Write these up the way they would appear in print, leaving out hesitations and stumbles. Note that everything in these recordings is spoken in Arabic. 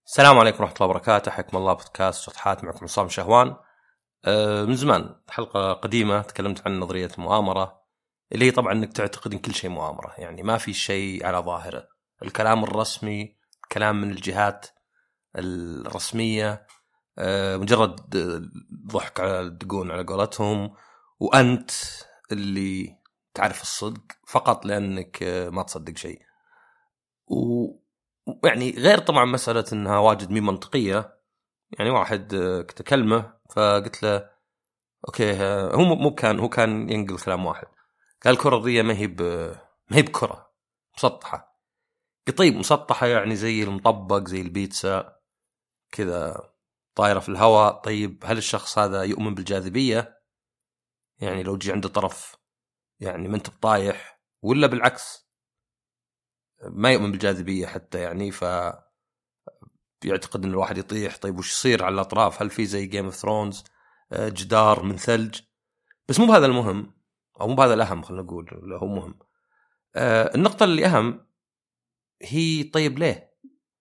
السلام عليكم ورحمة الله وبركاته. حياكم الله بودكاست شطحات، معكم عصام شهوان. من زمان حلقة قديمة تكلمت عن نظرية المؤامرة، اللي هي طبعا انك تعتقد ان كل شيء مؤامرة، يعني ما في شيء على ظاهره. الكلام الرسمي، كلام من الجهات الرسمية، مجرد ضحك على الدقون على قولتهم، وأنت اللي تعرف الصدق فقط لأنك ما تصدق شيء. يعني غير طبعا مسألة انها واجد مي منطقية. يعني واحد كنت اكلمه فقلت له اوكي، هو كان ينقل كلام واحد، قال الكرة الأرضية ما هي بكرة مسطحة. قلت طيب مسطحة يعني زي المطبق زي البيتزا كذا طايرة في الهواء. طيب هل الشخص هذا يؤمن بالجاذبية؟ يعني لو جي عنده طرف يعني ما انت بطايح، ولا بالعكس ما يؤمن بالجاذبية حتى، يعني يعتقد ان الواحد يطيح. طيب وش يصير على الاطراف؟ هل في زي جيم اوف ثرونز جدار من ثلج؟ بس مو بهذا المهم، او مو بهذا الاهم، خلينا نقول لا هو مهم. النقطة اللي اهم هي طيب ليه؟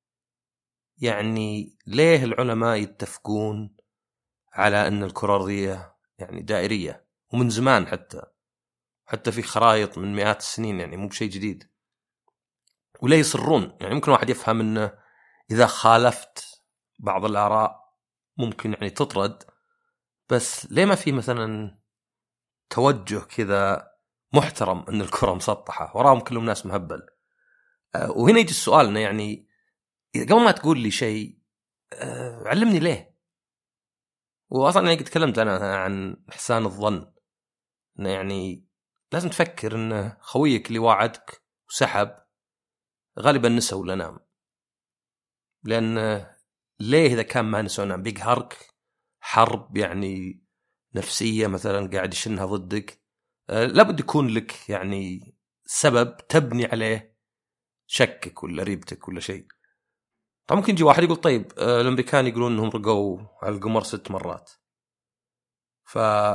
يعني ليه العلماء يتفقون على ان الكرة الأرضية يعني دائرية، ومن زمان حتى في خرائط من مئات السنين، يعني مو بشيء جديد. وليه يصرون؟ يعني ممكن واحد يفهم انه اذا خالفت بعض الآراء ممكن يعني تطرد، بس ليه ما في مثلا توجه كذا محترم ان الكرة مسطحة وراهم كلهم ناس مهبل؟ وهنا يجي السؤال انه يعني قبل ما تقول لي شيء علمني ليه. واصلا يعني تكلمت انا عن احسان الظن، انه يعني لازم تفكر ان خويك اللي واعدك وسحب غالبا نسى ولا نام. لان ليه اذا كان ما نسى ونام بيقهرك حرب يعني نفسية مثلا قاعد يشنها ضدك، لابد يكون لك يعني سبب تبني عليه شكك ولا ريبتك ولا شيء. طبعا ممكن يجي واحد يقول طيب الامريكان يقولون انهم رقوا على القمر 6 مرات، ف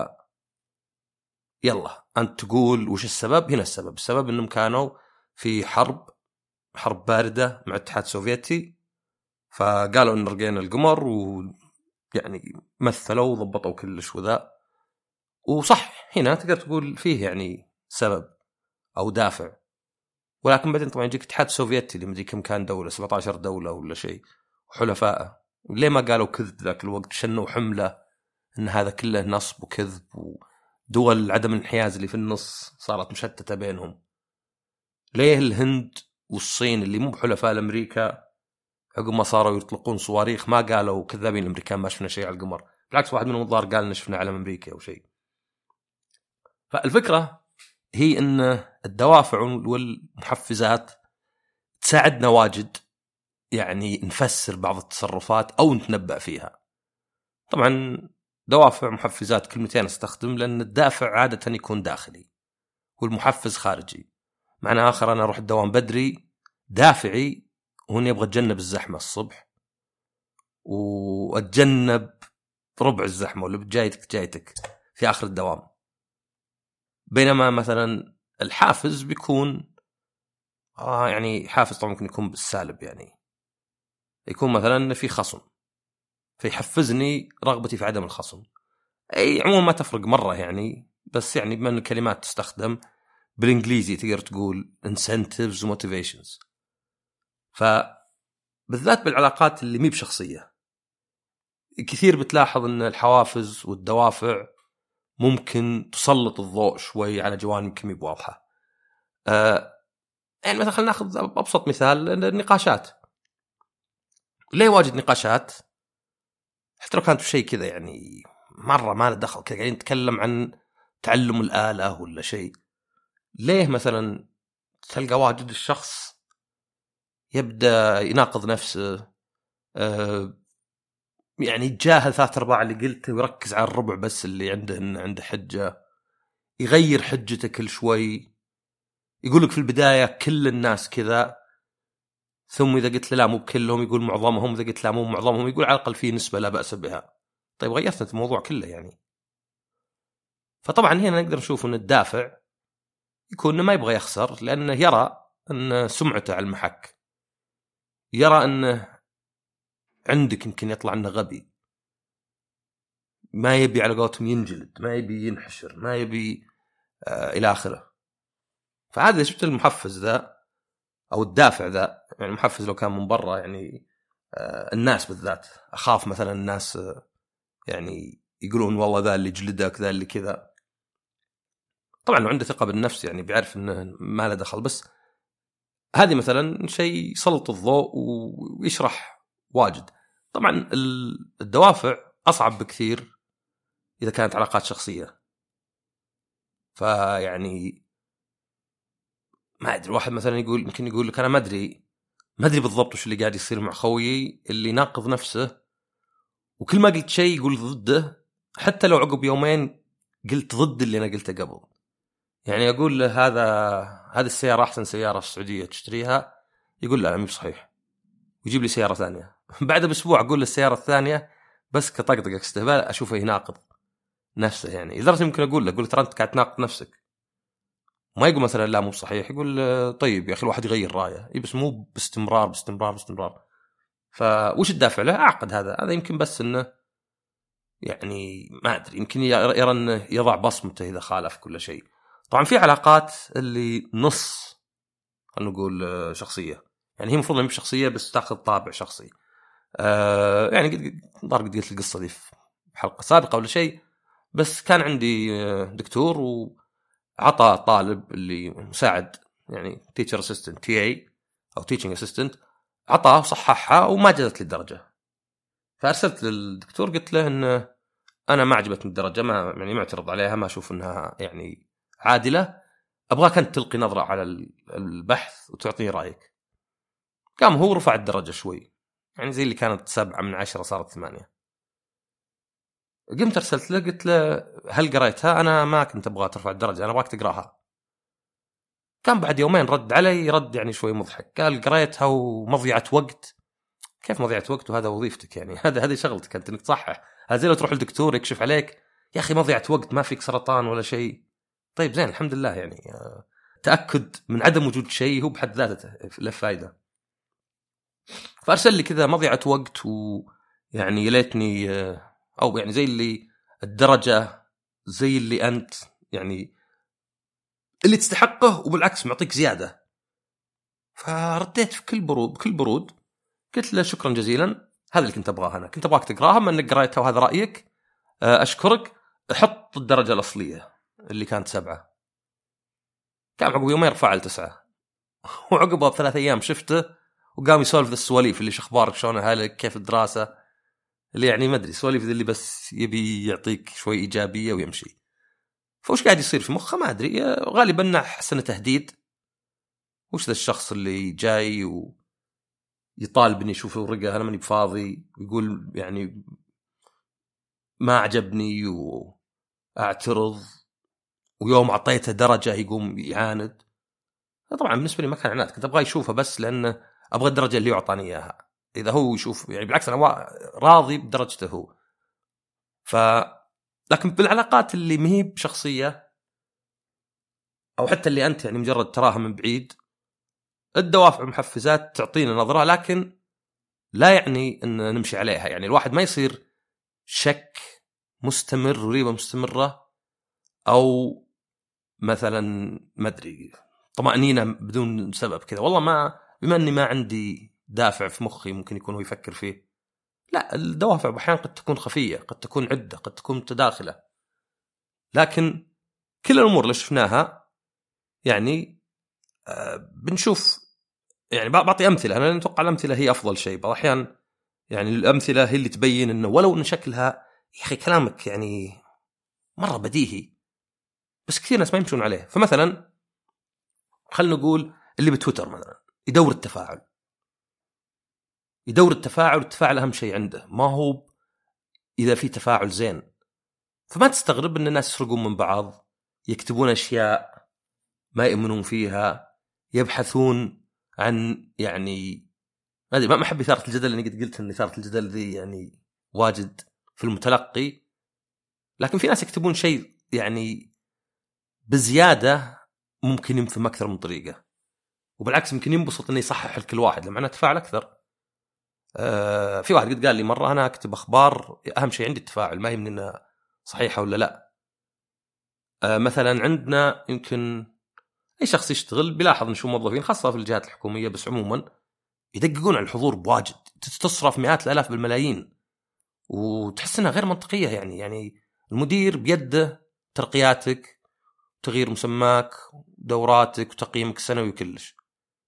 يلا انت تقول وش السبب. هنا السبب انهم كانوا في حرب باردة مع الاتحاد السوفيتي، فقالوا ان رقينا القمر، ويعني مثلوا وضبطوا كلش وذا. وصح هنا تقدر تقول فيه يعني سبب او دافع. ولكن بعدين طبعا يجيك الاتحاد السوفيتي اللي مدري كم كان دولة، 17 دولة ولا شيء، وحلفائه. ليه ما قالوا كذب ذاك الوقت؟ شنوا حملة ان هذا كله نصب وكذب، ودول عدم الانحياز اللي في النص صارت مشتتة بينهم. ليه الهند والصين اللي مو بحلفاء لأمريكا عقب ما صاروا يطلقون صواريخ ما قالوا كذابين الامريكان ما شفنا شيء على القمر؟ بالعكس واحد منهم الظاهر قال ان شفنا علم امريكا او شيء. فالفكرة هي ان الدوافع والمحفزات تساعدنا واجد يعني نفسر بعض التصرفات أو نتنبأ فيها. طبعا دوافع محفزات كلمتين استخدم، لأن الدافع عادة يكون داخلي والمحفز خارجي. معنى آخر أنا أروح الدوام بدري، دافعي هون يبغى أتجنب الزحمة الصبح وأتجنب ربع الزحمة ولا جايتك في آخر الدوام. بينما مثلا الحافز بيكون يعني حافز طبعا ممكن يكون بالسالب، يعني يكون مثلا في خصم فيحفزني رغبتي في عدم الخصم. اي عموما ما تفرق مرة يعني، بس يعني بما ان الكلمات تستخدم بالانجليزي تقدر تقول incentives و motivations. فبالذات بالعلاقات اللي مي بشخصية كثير بتلاحظ ان الحوافز والدوافع ممكن تسلط الضوء شوي على جوانب كمي بواضحة. يعني مثلا خلينا ناخذ ابسط مثال، النقاشات. ليه واجد نقاشات حتى لو كانت شيء كذا يعني مرة ما له دخل كذا قاعدين نتكلم عن تعلم الآلة ولا شيء، ليه مثلا تلقى واجد الشخص يبدأ يناقض نفسه، يعني يتجاهل 3/4 اللي قلته ويركز على الربع بس اللي عنده حجة، يغير حجته كل شوي، يقولك في البداية كل الناس كذا، ثم إذا قلت لا مو بكلهم يقول معظمهم، إذا قلت لا مو معظمهم يقول على الأقل في نسبة لا بأس بها. طيب غيرت الموضوع كله يعني. فطبعا هنا نقدر نشوف أن الدافع يكون إنه ما يبغى يخسر، لأنه يرى أن سمعته على المحك، يرى أنه عندك يمكن يطلع انه غبي، ما يبي على قولتهم ينجلد، ما يبي ينحشر، ما يبي الى اخره. فهذا شفت المحفز ذا او الدافع ذا، يعني المحفز لو كان من برا يعني الناس بالذات، اخاف مثلا الناس يعني يقولون والله ذا اللي جلدك، ذا اللي كذا. طبعا لو عنده ثقة بالنفس يعني بيعرف انه ما له دخل، بس هذه مثلا شيء يسلط الضوء ويشرح واجد. طبعا الدوافع اصعب بكثير اذا كانت علاقات شخصية. فيعني ما ادري، واحد مثلا يقول، يمكن يقول لك انا ما ادري بالضبط وش اللي قاعد يصير مع خويي اللي ناقض نفسه، وكل ما قلت شيء يقول ضده، حتى لو عقب يومين قلت ضد اللي انا قلته قبل. يعني اقول له هذه السياره احسن سياره في السعوديه تشتريها، يقول لا مو صحيح، ويجيب لي سياره ثانيه. بعد باسبوع اقول له السياره الثانيه بس كطقطقه استهبال، اشوفه يناقض نفسه. يعني لدرجه ممكن اقول له ترى انت قاعد تناقض نفسك، ما يقول مثلا لا مو صحيح، يقول طيب يا اخي الواحد يغير رايه، بس مو باستمرار. فوش الدافع له؟ اعقد هذا يمكن بس انه يعني ما ادري، يمكن يرى انه يضع بصمته اذا خالف كل شيء. طبعا في علاقات اللي نص خلينا نقول شخصيه، يعني هي المفروض مش شخصيه بس تاخذ طابع شخصي. يعني قد قلت القصه دي في حلقه سابقه ولا شيء، بس كان عندي دكتور وعطى طالب اللي مساعد يعني تيتشر اسيستنت تي او تيتشنج اسيستنت، عطاه وصححها وما جازت لي الدرجه. فارسلت للدكتور قلت له ان انا ما عجبتني الدرجه، ما يعني معترض عليها، ما اشوف انها يعني عادله، ابغاك انت تلقي نظره على البحث وتعطيني رايك. قام هو رفع الدرجه شوي، يعني زي اللي كانت 7 من 10 صارت 8. قمت ارسلت له قلت له هل قريتها؟ انا ما كنت ابغى ترفع الدرجه، انا ابغاك تقراها. كان بعد يومين رد علي رد يعني شوي مضحك، قال قريتها ومضيعه وقت. كيف مضيعه وقت وهذا وظيفتك؟ يعني هذه شغلتك انت انك تصحح. هذا زي لو تروح للدكتور يكشف عليك، يا اخي مضيعه وقت، ما فيك سرطان ولا شيء. طيب زين الحمد لله، يعني تاكد من عدم وجود شيء هو بحد ذاته له فائده. فارسل لي كذا مضيعه وقت، ويعني يليتني او يعني زي اللي الدرجه زي اللي انت يعني اللي تستحقه، وبالعكس معطيك زياده. فرديت بكل برود قلت له شكرا جزيلا، هذا اللي كنت ابغاه، انا كنت ابغاك تقراها، ما انك قريتها وهذا رايك، اشكرك، حط الدرجه الاصليه اللي كانت 7. كان عقب يومين رفع ل 9 وعقبها ب3 ايام شفته وقام يسولف السواليف اللي اخبارك، شلون اهلك، كيف الدراسه، اللي يعني ما ادري سواليف اللي بس يبي يعطيك شوي ايجابيه ويمشي. فوش قاعد يصير في مخه ما ادري، غالبا حسن تهديد. وش ذا الشخص اللي جاي ويطالبني يشوف ورقه انا ماني بفاضي، ويقول يعني ما عجبني واعترض، ويوم عطيته درجه يقوم يعاند. طبعا بالنسبه لي ما كان عناد، كنت ابغى يشوفه بس لانه ابغى الدرجه اللي يعطاني اياها. اذا هو يشوف يعني بالعكس انا راضي بدرجته هو. لكن بالعلاقات اللي مهي بشخصيه او حتى اللي انت يعني مجرد تراها من بعيد، الدوافع والمحفزات تعطينا نظره، لكن لا يعني ان نمشي عليها. يعني الواحد ما يصير شك مستمر وريبه مستمره، او مثلا ما ادري طمأنينة بدون سبب كذا، والله ما بما اني ما عندي دافع في مخي ممكن يكون هو يفكر فيه. لا، الدوافع احيانا قد تكون خفيه، قد تكون عده، قد تكون متداخله، لكن كل الامور اللي شفناها يعني بنشوف. يعني بعطي امثله، انا اتوقع الامثله هي افضل شيء. بعض الاحيان يعني الامثله هي اللي تبين انه ولو ان شكلها يا اخي كلامك يعني مره بديهي، بس كثير ناس ما يمشون عليه. فمثلا خلنا نقول اللي بتويتر مثلا يدور التفاعل، والتفاعل أهم شيء عنده، ما هو إذا في تفاعل زين. فما تستغرب أن الناس يسرقون من بعض، يكتبون أشياء ما يؤمنون فيها، يبحثون عن يعني ما أحب إثارة الجدل، لأني قد قلت أن إثارة الجدل ذي يعني واجد في المتلقي، لكن في ناس يكتبون شيء يعني بزيادة ممكن ينفهم أكثر من طريقة، وبالعكس ممكن ينبسط أنه يصحح لكل واحد لما أنا أتفاعل أكثر. في واحد قد قال لي مرة أنا أكتب أخبار أهم شيء عندي التفاعل، ما يهمني إنها صحيحة ولا لا. مثلا عندنا يمكن أي شخص يشتغل بيلاحظ إن شو موظفين خاصة في الجهات الحكومية بس عموما يدققون على الحضور بواجد، تصرف مئات الآلاف بالملايين وتحس إنها غير منطقية. يعني المدير بيده ترقياتك، تغيير مسماك، دوراتك وتقييمك السنوي وكلش.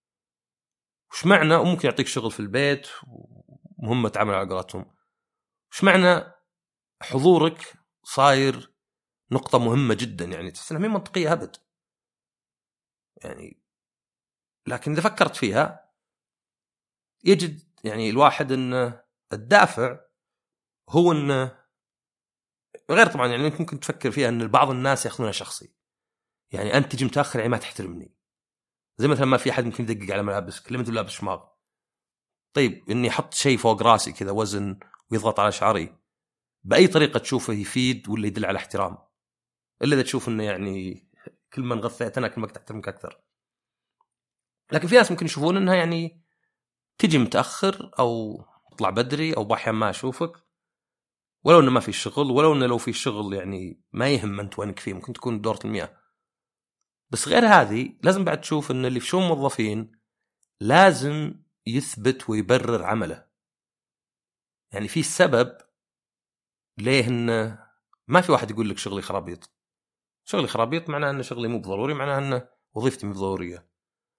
وش معنى وممكن يعطيك شغل في البيت ومهمة عمل على قولتهم، وش معنى حضورك صاير نقطة مهمة جدا؟ يعني تحس إنها مين منطقية أبد يعني. لكن إذا فكرت فيها يجد يعني الواحد أن الدافع هو أنه غير طبعا يعني ممكن تفكر فيها أن بعض الناس يأخذونها شخصي، يعني أنت تجي متأخر يعني ما تحترمني. زي مثلا ما في أحد ممكن يدقق على ملابسك لما أنت لابس شماغ، طيب إني أحط شيء فوق راسي كذا وزن ويضغط على شعري بأي طريقة تشوفه يفيد ولا يدل على احترام، إلا إذا تشوف إنه يعني كل ما نغثيت أنا كل ما تحترمك أكثر. لكن في ناس ممكن يشوفون إنها يعني تجي متأخر أو تطلع بدري أو بأحيان ما أشوفك ولو إنه ما في شغل، ولو إنه لو في شغل يعني ما يهم أنت وينك فيه، ممكن تكون دورة المياه. بس غير هذه لازم بعد تشوف إن اللي في شؤون موظفين لازم يثبت ويبرر عمله. يعني في سبب ليه إنه ما في واحد يقول لك شغلي خرابيط. شغلي خرابيط معناه أن شغلي مو بضروري، معناه أن وظيفتي مو ضرورية.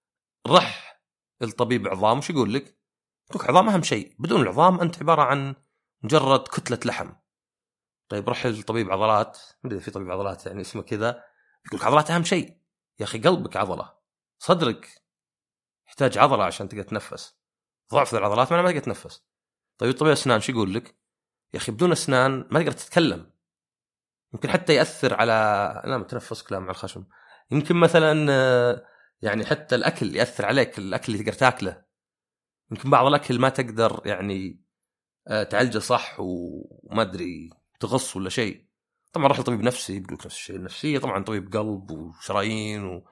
رح الطبيب عظام وش يقول لك؟ يقول عظام أهم شيء، بدون العظام أنت عبارة عن مجرد كتلة لحم. طيب روح الطبيب عضلات، ما أدري في طبيب عضلات يعني اسمه كذا، يقول عضلات أهم شيء. يا أخي قلبك عضلة، صدرك يحتاج عضلة عشان تقدر تنفس، ضعف العضلات ما تقدر تنفس. طيب طبيب أسنان شو يقول لك؟ يا أخي بدون أسنان ما تقدر تتكلم، يمكن حتى يأثر على لا تنفس كلام على الخشم. يمكن مثلا يعني حتى الأكل يأثر عليك، الأكل اللي تقدر تأكله يمكن بعض الأكل ما تقدر يعني تعالجه صح وما أدري تغص ولا شيء. طبعا راح لطبيب نفسي بيقول نفس الشيء، النفسية طبعا طبيب قلب وشرايين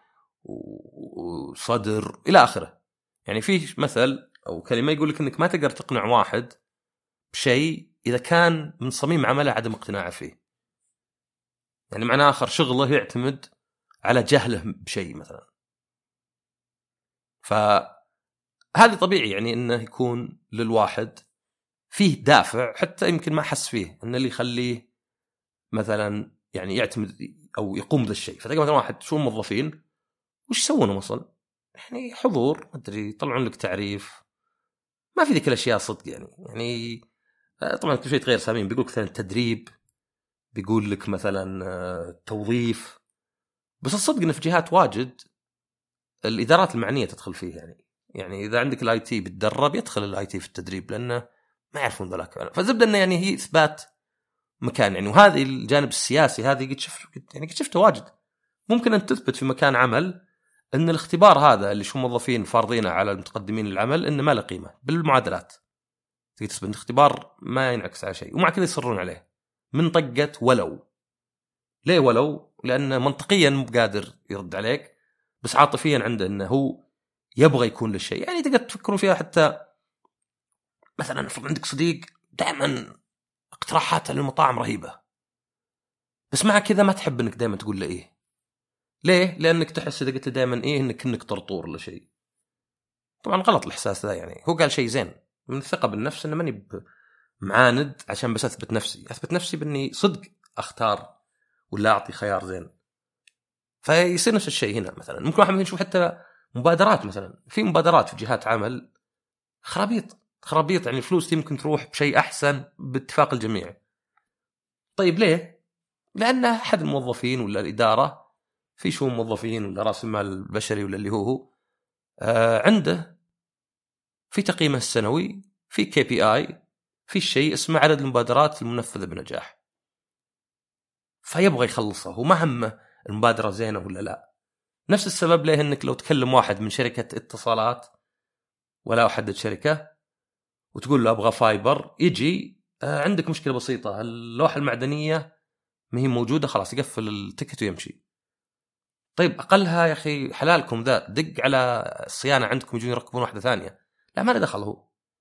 وصدر إلى آخره. يعني في مثل أو كلمة يقول لك إنك ما تقدر تقنع واحد بشيء إذا كان من صميم عمله عدم اقتناعه فيه. يعني معنى آخر شغله يعتمد على جهله بشيء مثلا. فهذه طبيعي يعني إنه يكون للواحد فيه دافع حتى يمكن ما حس فيه إن اللي يخليه مثلا يعني يعتمد أو يقوم بهذا الشيء. فتلقى مثلا واحد شو موظفين وش يسوونه مثلا يعني حضور ما أدري يطلعون لك تعريف، ما في ذيك الأشياء صدق يعني طبعا كل شيء تغير سامين. بيقول مثلا تدريب، بيقول لك مثلا توظيف، بس الصدق إن في جهات واجد الإدارات المعنية تدخل فيه. يعني إذا عندك الاي تي بتدرب يدخل الاي تي في التدريب لأنه ما يعرفون ذلك. فزبدة أنه يعني هي إثبات مكان يعني. وهذه الجانب السياسي هذه قد شفته واجد. ممكن أن تثبت في مكان عمل أن الاختبار هذا اللي شو موظفين فارضينه على المتقدمين للعمل إنه ما له قيمة بالمعادلات. تيجي تثبت الاختبار ما ينعكس على شيء ومع كذا يصرون عليه من طقة ولو. ليه ولو؟ لأنه منطقيا مو قادر يرد عليك، بس عاطفيا عنده أنه هو يبغى يكون للشيء. يعني تقدر تفكرون فيها حتى مثلا افرض عندك صديق دائما اقتراحات للمطاعم رهيبة، بس مع كذا ما تحب انك دائما تقول له ايه. ليه؟ لانك تحس اذا قلت له دائما ايه انك طرطور ولا شيء. طبعا غلط الاحساس ذا. يعني هو قال شيء زين من الثقة بالنفس انه ماني معاند عشان بس اثبت نفسي باني صدق اختار ولا اعطي خيار زين. فيصير نفس الشيء هنا. مثلا ممكن واحد نشوف حتى مبادرات، مثلا في مبادرات في جهات عمل خرابيط يعني الفلوس يمكن تروح بشيء أحسن باتفاق الجميع. طيب ليه؟ لأن أحد الموظفين ولا الإدارة في شؤون موظفين ولا رأس المال البشري ولا اللي هو عنده في تقييمه السنوي في KPI في شيء اسمه عدد المبادرات المنفذة بنجاح، فيبغى يخلصه وما همه المبادرة زينة ولا لا. نفس السبب ليه أنك لو تكلم واحد من شركة اتصالات ولا أحدد شركة وتقول له أبغى فايبر، يجي عندك مشكلة بسيطة اللوحة المعدنية ما هي موجودة، خلاص يقفل التكت ويمشي. طيب أقلها يا أخي حلالكم ذا دق على الصيانة عندكم يجون يركبون واحدة ثانية. لا ما له دخل هو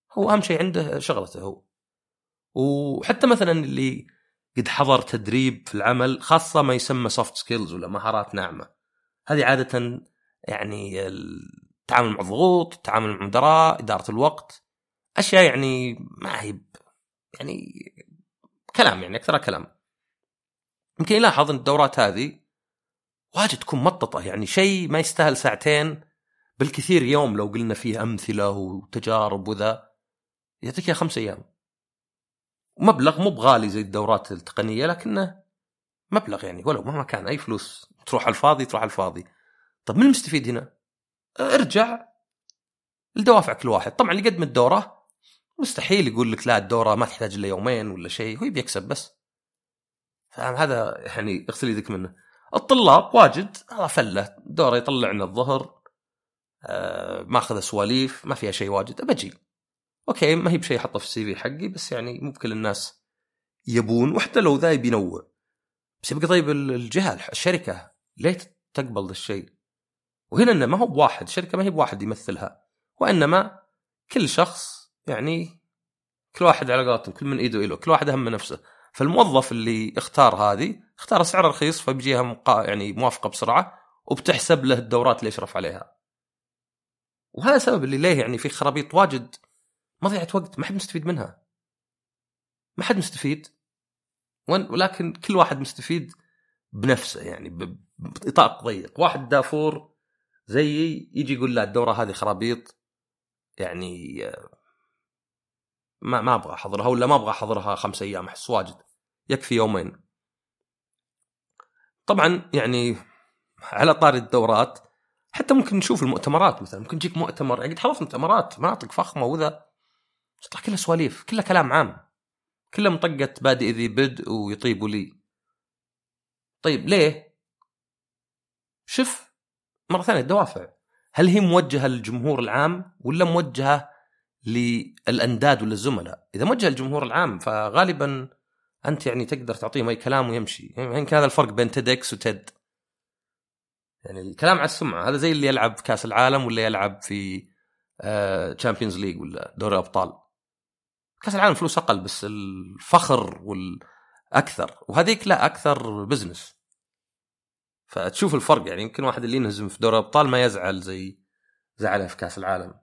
هو أهم شيء عنده شغلته هو. وحتى مثلا اللي قد حضر تدريب في العمل، خاصة ما يسمى soft skills ولا مهارات ناعمة، هذه عادة يعني التعامل مع الضغوط، التعامل مع المدراء، إدارة الوقت، أشياء يعني ما هي يعني كلام، يعني أكثر كلام. يمكن يلاحظ أن الدورات هذه واجد تكون مططة، يعني شيء ما يستاهل ساعتين، بالكثير يوم لو قلنا فيه أمثلة وتجارب وذا يعطيك يا 5 أيام. مبلغ مو بغالي زي الدورات التقنية، لكنه مبلغ يعني ولو مهما كان أي فلوس تروح على الفاضي تروح على الفاضي. طب من المستفيد هنا؟ ارجع لدوافع كل واحد. طبعا اللي قدم الدورة مستحيل يقول لك لا الدورة ما تحتاج إلا يومين ولا شيء، هو بيكسب بس، فاهم؟ هذا يعني اغسل يدك منه. الطلاب واجد هذا فله، دورة يطلعنا الظهر، ماخذ سواليف ما فيها شيء واجد، بجي اوكي ما هي بشيء حطه في السي في حقي، بس يعني مو بكل الناس يبون، وحتى لو ذا بينوع. بس يبقى طيب الجهة الشركة ليه تقبل ذا الشيء؟ وهنا إنه ما هو بواحد، الشركة ما هي بواحد يمثلها، وإنما كل شخص يعني كل واحد على قولتهم كل من إيده إله، كل واحد أهم من نفسه. فالموظف اللي اختار هذه اختار سعر رخيص، فبيجيها يعني موافقة بسرعة، وبتحسب له الدورات اللي يشرف عليها. وهذا سبب اللي ليه يعني في خرابيط واجد مضيعة وقت ما حد مستفيد منها، ما حد مستفيد، ولكن كل واحد مستفيد بنفسه، يعني بإطار ضيق. واحد دافور زيي يجي يقول لا الدورة هذه خرابيط، يعني ما أبغى أحضرها، ولا ما أبغى أحضرها 5 أيام، أحس واجد يكفي يومين. طبعا يعني على طاري الدورات، حتى ممكن نشوف المؤتمرات مثلا، ممكن تجيك مؤتمر يعني حضرت مؤتمرات مناطق فخمة وذا تطلع كلها سواليف، كلها كلام عام، كلها مطقة بادئ ذي بدء ويطيب لي. طيب ليه؟ شوف مرة ثانية الدوافع، هل هي موجهة للجمهور العام ولا موجهة للأنداد ولا الزملاء؟ إذا موجهة للجمهور العام فغالبا أنت يعني تقدر تعطيهم أي كلام ويمشي. يعني هذا الفرق بين تيدكس وتيد، يعني الكلام على السمعة، هذا زي اللي يلعب في كاس العالم ولا يلعب في تشامبيونز ليج ولا دوري الأبطال. كاس العالم فلوس أقل بس الفخر والأكثر، وهذيك لا أكثر بزنس. فتشوف الفرق، يعني يمكن واحد اللي ينهزم في دوري الأبطال ما يزعل زي زعله في كاس العالم.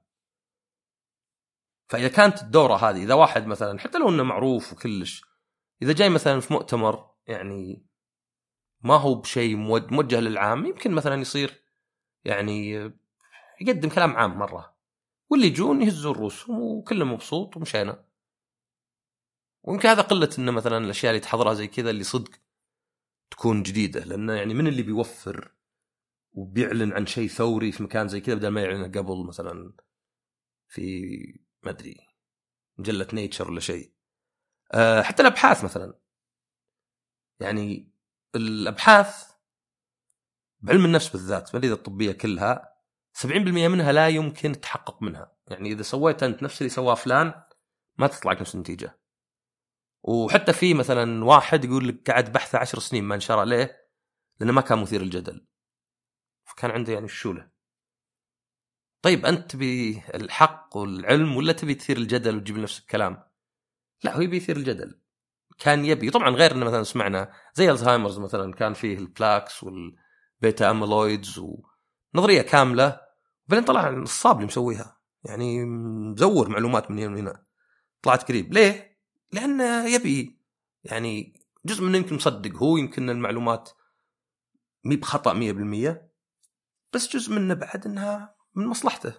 فإذا كانت الدورة هذه، إذا واحد مثلا حتى لو إنه معروف وكلش، إذا جاي مثلا في مؤتمر يعني ما هو بشيء موجه للعام، يمكن مثلا يصير يعني يقدم كلام عام مرة، واللي يجون يهزوا الروس وكله مبسوط ومشينا. ويمكن هذا قلة إنه مثلا الأشياء اللي تحضرها زي كذا اللي صدق تكون جديدة، لأنه يعني من اللي بيوفر وبيعلن عن شيء ثوري في مكان زي كذا بدل ما يعلن قبل مثلا في ما أدري مجلة نيتشر ولا شيء. حتى الأبحاث مثلا، يعني الأبحاث بعلم النفس بالذات بالإذا الطبية كلها 70% منها لا يمكن التحقق منها. يعني إذا سويت أنت نفس اللي سواه فلان ما تطلع نفس النتيجة. وحتى في مثلا واحد يقول لك قاعد بحثه 10 سنين ما انشر عليه لأنه ما كان مثير الجدل، فكان عنده يعني الشولة. طيب أنت تبي الحق والعلم ولا تبي تثير الجدل وتجيب نفس الكلام؟ لا هو يبي يثير الجدل. كان يبي طبعا، غير أنه مثلا سمعنا زي الزهايمرز مثلا كان فيه البلاكس والبيتا أميلويدز ونظرية كاملة، بعدين طلع الصاب اللي مسويها، يعني مزور معلومات من هنا ومن هنا، طلعت قريب. ليه؟ لأنه يبي يعني جزء منه يمكن مصدق هو، يمكن المعلومات مي بخطأ 100%، بس جزء منه بعد أنها من مصلحته،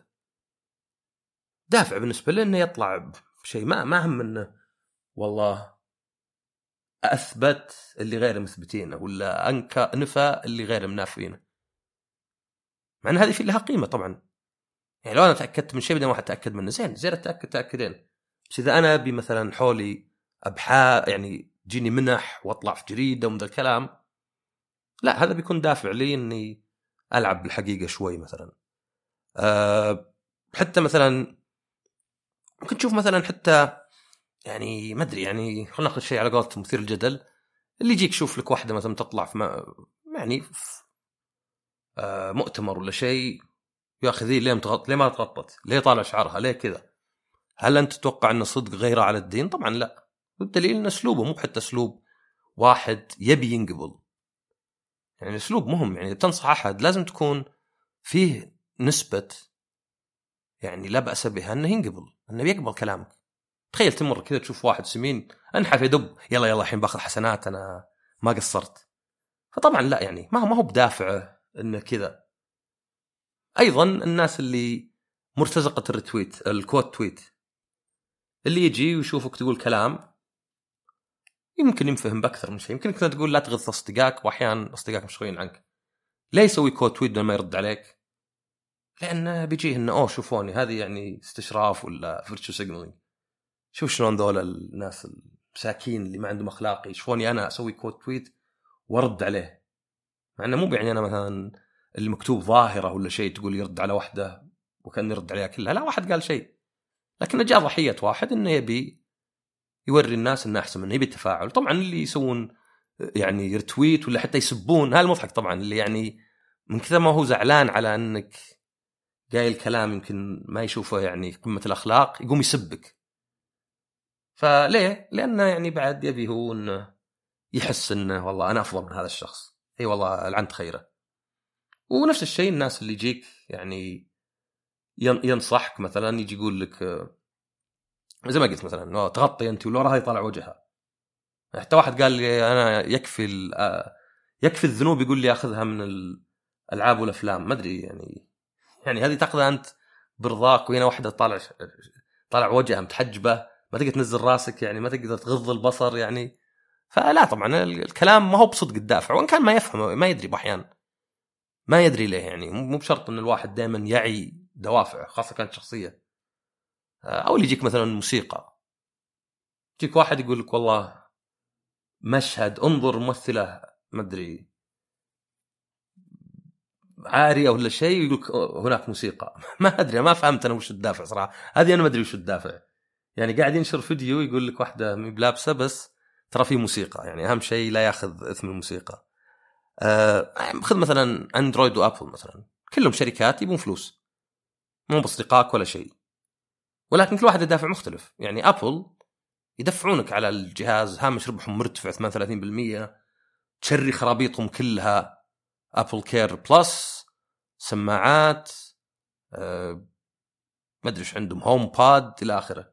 دافع بالنسبة له أنه يطلع بشيء ما هم منه والله أثبت اللي غير مثبتينه ولا نفى اللي غير منافينه، مع أن هذه في لها قيمة طبعا. يعني لو أنا تأكدت من شيء بدون واحد تأكد منه زين أتأكد تأكدين. بس إذا أنا أبي مثلا حولي أبحاث يعني جيني منح وأطلع في جريدة ومن ذا الكلام، لا هذا بيكون دافع لي إني ألعب بالحقيقة شوي مثلا. حتى مثلا ممكن تشوف مثلا حتى يعني ما أدري، يعني خلنا ناخذ شيء على قولة مثير الجدل، اللي يجيك شوف لك واحدة مثلا تطلع في يعني في مؤتمر ولا شيء، يا أخي ذي ليه ما تغطت، ليه طالع شعرها، ليه كذا. هل أنت تتوقع أن صدق غيره على الدين؟ طبعا لا. والدليل أن أسلوبه مو حتى أسلوب واحد يبي ينقبل. يعني الأسلوب مهم. يعني تنصح أحد لازم تكون فيه نسبة يعني لا بأس بها أنه ينقبل، أنه يقبل كلامك. تخيل تمر كذا تشوف واحد سمين أنحف يدب، يلا الحين باخذ حسنات أنا ما قصرت. فطبعا لا، يعني ما هو بدافعه إنه كذا. أيضا الناس اللي مرتزقة الرتويت، الكوت تويت، اللي يجي ويشوفك تقول كلام يمكن ينفهم بأكثر من شيء. يمكن كنت تقول لا تغث أصدقائك، وأحيانا أصدقائك مشغولين عنك. ليه يسوي كوت تويت لما يرد عليك؟ لأنه بيجيه إنه شوفوني، هذه يعني استشراف ولا فيرتشو سيجنالينج. شوف شلون ذول الناس المساكين اللي ما عندهم أخلاق يشوفوني أنا أسوي كوت تويت وارد عليه، مع انه مو يعني انا مثلا اللي مكتوب ظاهره ولا شيء تقول يرد على واحده وكان يرد عليها كلها. لا، واحد قال شيء لكن جاء ضحيه واحد انه يبي يوري الناس انه احسن منه، يبي التفاعل. طبعا اللي يسوون يعني يرتويت ولا حتى يسبون، هذا المضحك طبعا، اللي يعني من كذا ما هو زعلان على انك قايل كلام يمكن ما يشوفه يعني قمه الاخلاق، يقوم يسبك. فليه؟ لانه يعني بعد يبي هو انه يحس انه والله انا افضل من هذا الشخص، اي والله لعنت خيره. ونفس الشيء الناس اللي يجيك يعني ينصحك، مثلا يجي يقول لك زي ما قلت مثلا تغطي انت ولا راح يطلع وجهها. حتى واحد قال لي انا يكفي الذنوب يقول لي اخذها من الالعاب والافلام، ما ادري يعني هذه تاخذها انت برضاك، وهنا واحده طالع وجهها متحجبه ما تقدر تنزل راسك، يعني ما تقدر تغض البصر يعني. فلا طبعا الكلام ما هو بصدق الدافع، وان كان ما يفهم ما يدري باحيان، ما يدري ليه. يعني مو بشرط ان الواحد دائما يعي دوافعه خاصه كانت شخصيه. او اللي يجيك مثلا موسيقى، يجيك واحد يقول لك والله مشهد انظر ممثله ما ادري عاريه ولا شيء، يقول لك هناك موسيقى. ما ادري، ما فهمت انا وش الدافع صراحه. هذه انا ما ادري وش الدافع. يعني قاعد ينشر فيديو يقول لك واحده بلابسه بس ترى في موسيقى، يعني اهم شيء لا ياخذ اثم الموسيقى. خذ مثلا اندرويد وابل مثلا، كلهم شركات يبون فلوس، مو باصدقائك ولا شيء، ولكن كل واحد يدافع مختلف. يعني ابل يدفعونك على الجهاز هامش ربحهم مرتفع 38%، تشري خرابيطهم كلها ابل كير بلس، سماعات، ما ادري ايش عندهم، هوم باد الى اخره.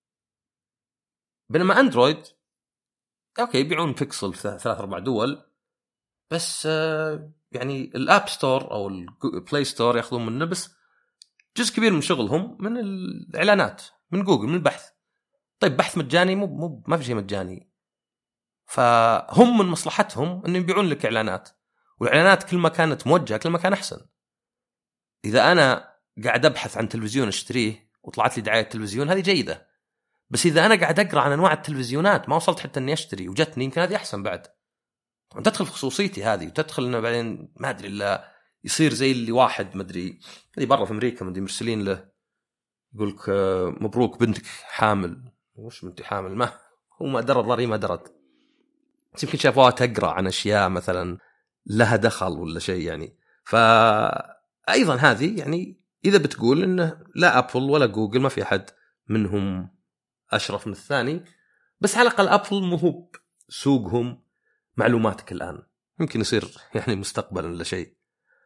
بينما اندرويد اوكي يبيعون بيكسل في 3-4 دول بس، يعني الاب ستور او البلاي ستور ياخذون منه بس جزء كبير من شغلهم من الاعلانات من جوجل، من البحث. طيب بحث مجاني؟ مو ما في شيء مجاني. فهم من مصلحتهم انه يبيعون لك اعلانات، والاعلانات كل ما كانت موجهه كل ما كان احسن. اذا انا قاعد ابحث عن تلفزيون اشتريه وطلعت لي دعايه تلفزيون هذه جيده، بس اذا انا قاعد اقرا عن انواع التلفزيونات ما وصلت حتى اني اشتري وجتني، يمكن هذه احسن بعد. تدخل في خصوصيتي هذه، وتدخل انه بعدين ما ادري الا يصير زي اللي واحد ما ادري هذه برا في امريكا ما ادري مرسلين له يقولك مبروك بنتك حامل. وش بنتي حامل؟ ما هو ما درى ضري ما درت، يمكن شافوها تقرا عن اشياء مثلا لها دخل ولا شيء يعني. فايضا هذه يعني اذا بتقول انه لا ابل ولا جوجل ما في احد منهم اشرف من الثاني، بس على الاقل ابل مو هو سوقهم معلوماتك الان، يمكن يصير يعني مستقبلا ولا شيء.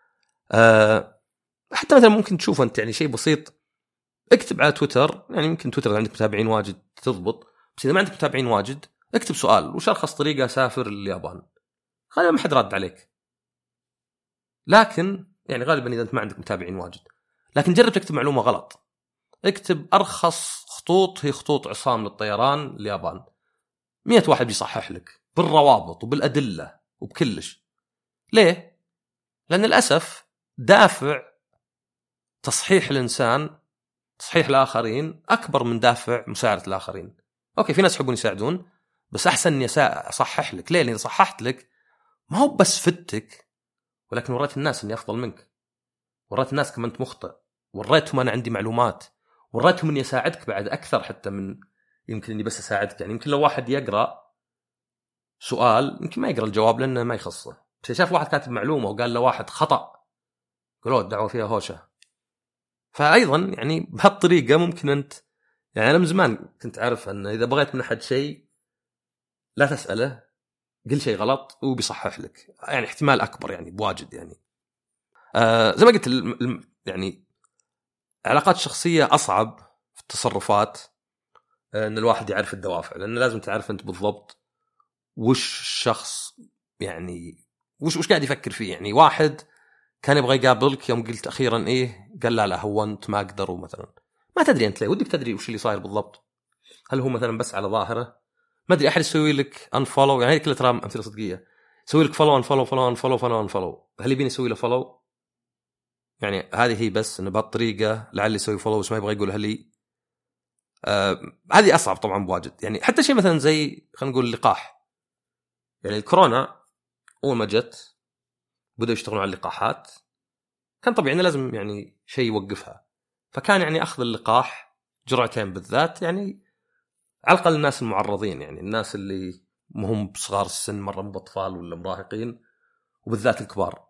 حتى مثلا ممكن تشوف انت يعني شيء بسيط، اكتب على تويتر، يعني يمكن تويتر عندك متابعين واجد تضبط، بس اذا ما عندك متابعين واجد اكتب سؤال وش ارخص طريقه اسافر اليابان، غالبا ما حد رد عليك. لكن يعني غالبا اذا انت ما عندك متابعين واجد، لكن جرب تكتب معلومه غلط، اكتب ارخص خطوط هي خطوط عصام للطيران اليابان، 100 واحد بيصحح لك بالروابط وبالادله وبكلش. ليه؟ لان للاسف دافع تصحيح الانسان، تصحيح الآخرين أكبر من دافع مساعدة الآخرين. أوكي في ناس يحبون يساعدون، بس أحسن إني أصحح لك. ليه؟ لأني صححت لك ما هو بس فتك، ولكن وريت الناس إني أفضل منك، وريت الناس كم أنت مخطئ، وريتهم أنا عندي معلومات، وريتهم إني أساعدك بعد أكثر حتى من يمكن إني بس أساعدك. يعني يمكن لو واحد يقرأ سؤال يمكن ما يقرأ الجواب لأنه ما يخصه، بس شاف واحد كاتب معلومة وقال له واحد خطأ قالوا الدعوة فيها هوشة. فأيضا يعني بهالطريقة ممكن أنت يعني أنا من زمان كنت أعرف أن إذا بغيت من أحد شيء لا تسأله، قل شيء غلط وبيصحح لك، يعني احتمال أكبر يعني بواجد يعني. زي ما قلت يعني علاقات الشخصية أصعب في التصرفات، أن الواحد يعرف الدوافع، لأنه لازم تعرف أنت بالضبط وش الشخص يعني وش قاعد يفكر فيه. يعني واحد كان يبغى يقابلك، يوم قلت أخيرا إيه قال لا هونت ما أقدر، ومثلا ما تدري أنت ليه، ودك تدري وش اللي صاير بالضبط. هل هو مثلا بس على ظاهره؟ ما أدري، أحد يسوي لك unfollow، يعني كلها ترى أمثلة صدقية، يسوي لك follow unfollow follow unfollow follow unfollow، هل يبين يسوي له follow؟ يعني هذه هي، بس إنه بهالطريقة لعل يسوي follow بس ما يبغى يقول هل هذه أصعب طبعا بواجد. يعني حتى شيء مثلا زي خلينا نقول اللقاح، يعني الكورونا أول ما جت بدأوا يشتغلون على اللقاحات، كان طبيعي إنه لازم يعني شيء يوقفها، فكان يعني أخذ اللقاح جرعتين بالذات، يعني على الأقل الناس المعرضين، يعني الناس اللي مهم بصغار السن مرة مو بأطفال ولا مراهقين، وبالذات الكبار.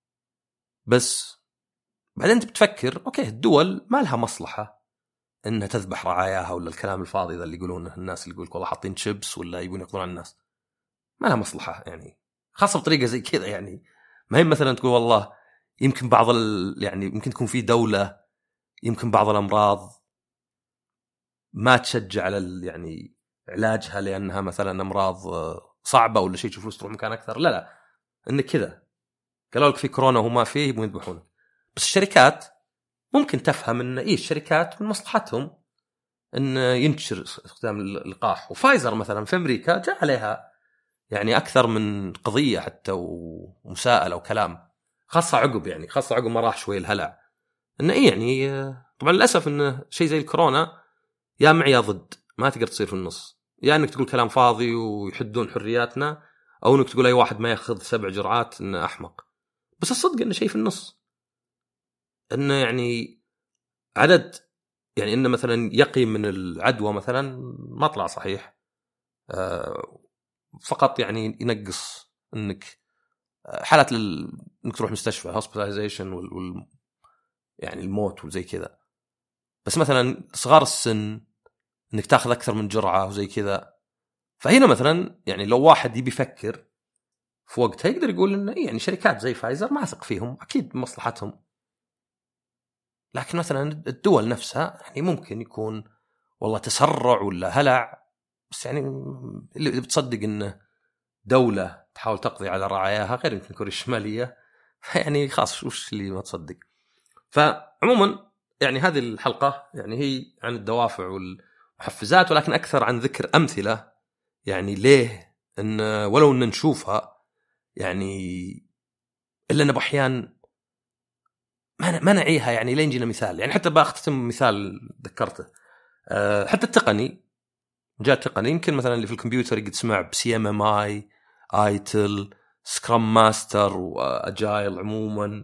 بس بعدين أنت بتفكر أوكي الدول ما لها مصلحة إنها تذبح رعاياها، ولا الكلام الفاضي ذا اللي يقولونه الناس اللي يقولك والله حاطين شيبس ولا يبون يقضون على الناس، ما لها مصلحة يعني، خاصة بطريقة زي كذا. يعني ما هي مثلا تقول والله يمكن بعض يعني يمكن تكون في دولة يمكن بعض الأمراض ما تشجع على يعني علاجها لأنها مثلا أمراض صعبة ولا شيء، تشوف فلوس تروح مكان أكثر، لا إنك كذا قالوا لك في كورونا وما فيه يبون يذبحونه. بس الشركات ممكن تفهم إن إيه الشركات من مصلحتهم إن ينتشر استخدام اللقاح، وفايزر مثلا في أمريكا جاء عليها يعني أكثر من قضية حتى ومساءلة وكلام، خاصة عقب ما راح شوي الهلع إنه إيه يعني طبعا للأسف إنه شيء زي الكورونا يا معي يا ضد، ما تقدر تصير في النص، يا إنك تقول كلام فاضي ويحدون حرياتنا، أو إنك تقول أي واحد ما يأخذ 7 جرعات إنه أحمق. بس الصدق إنه شيء في النص، إنه يعني عدد يعني إنه مثلا يقي من العدوى مثلا ما طلع صحيح، فقط يعني ينقص إنك حالات إنك تروح مستشفى hospitalization يعني الموت وزي كذا. بس مثلا صغار السن إنك تأخذ أكثر من جرعة وزي كذا، فهنا مثلا يعني لو واحد يبي يفكر في وقتها يقدر يقول إن يعني شركات زي فايزر ما أثق فيهم، أكيد مصلحتهم. لكن مثلا الدول نفسها يعني ممكن يكون والله تسرع ولا هلع، بس يعني اللي بتصدق إنه دولة تحاول تقضي على رعاياها غير يمكن كوريا الشمالية، يعني خاص وش اللي ما تصدق. فعموما يعني هذه الحلقة يعني هي عن الدوافع والمحفزات، ولكن أكثر عن ذكر أمثلة يعني ليه إن ولو إن نشوفها يعني إلا إن بأحيان ما نعيها، يعني لين جينا مثال. يعني حتى بأختم مثال ذكرته، حتى التقني جاء تقني يمكن مثلا اللي في الكمبيوتر يقد سمع CMMI ايتل سكرام ماستر واجايل عموما،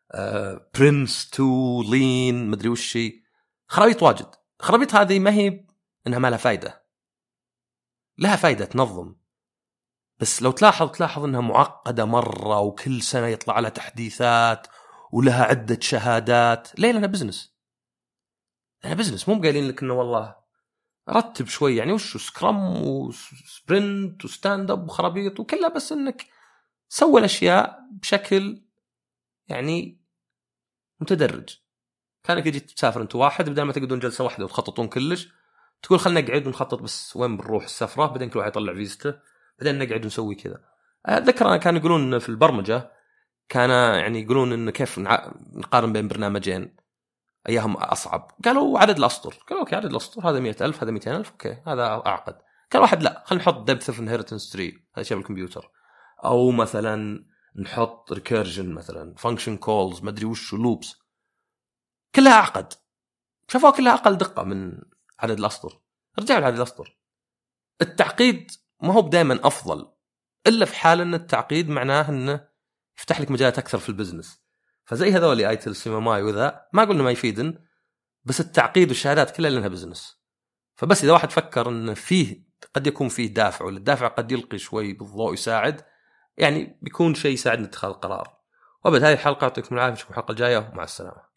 برنس 2 لين مدري وش شيء، خرابيط واجد. خرابيط هذه ما هي انها ما لها فايده، لها فايده تنظم، بس لو تلاحظ انها معقده مره، وكل سنه يطلع لها تحديثات ولها عده شهادات. ليه؟ لأنها بزنس. انا بزنس، مو قايلين لك انه والله رتب شوي يعني وش سكرام وسبرنت وستاند اب وخرابيط وكلها، بس انك سوي الاشياء بشكل يعني متدرج. كانك جيت تسافر انت واحد، بدل ما تقعدون جلسه واحده وتخططون كلش، تقول خلنا نقعد ونخطط بس وين بنروح السفره، بعدين كل واحد يطلع فيزته، بعدين نقعد ونسوي كذا. اتذكر انا كانوا يقولون في البرمجه، كان يعني يقولون انه كيف نقارن بين برنامجين اياهم اصعب. قالوا عدد الاسطر، قالوا اوكي عدد الاسطر هذا 100,000 هذا 200,000 اوكي هذا اعقد. كان واحد لا خلينا نحط depth of inheritance tree، هذا شيء بالكمبيوتر، او مثلا نحط recursion مثلا function calls ما ادري وش loops، كلها اعقد. شافوا كلها اقل دقه من عدد الاسطر، رجعوا لعدد الاسطر. التعقيد ما هو دائما افضل، الا في حال ان التعقيد معناه انه يفتح لك مجالات اكثر في البزنس. فزي هذول ايتل سيماماي وذا ما قلنا ما يفيدن، بس التعقيد والشهادات كلها لانها بزنس. فبس اذا واحد فكر ان فيه قد يكون فيه دافع، ولا الدافع قد يلقي شوي بالضوء يساعد، يعني بيكون شيء يساعدنا اتخاذ القرار. وبعد هذه الحلقه يعطيكم العافيه، نشوفكم الحلقه الجايه، ومع السلامه.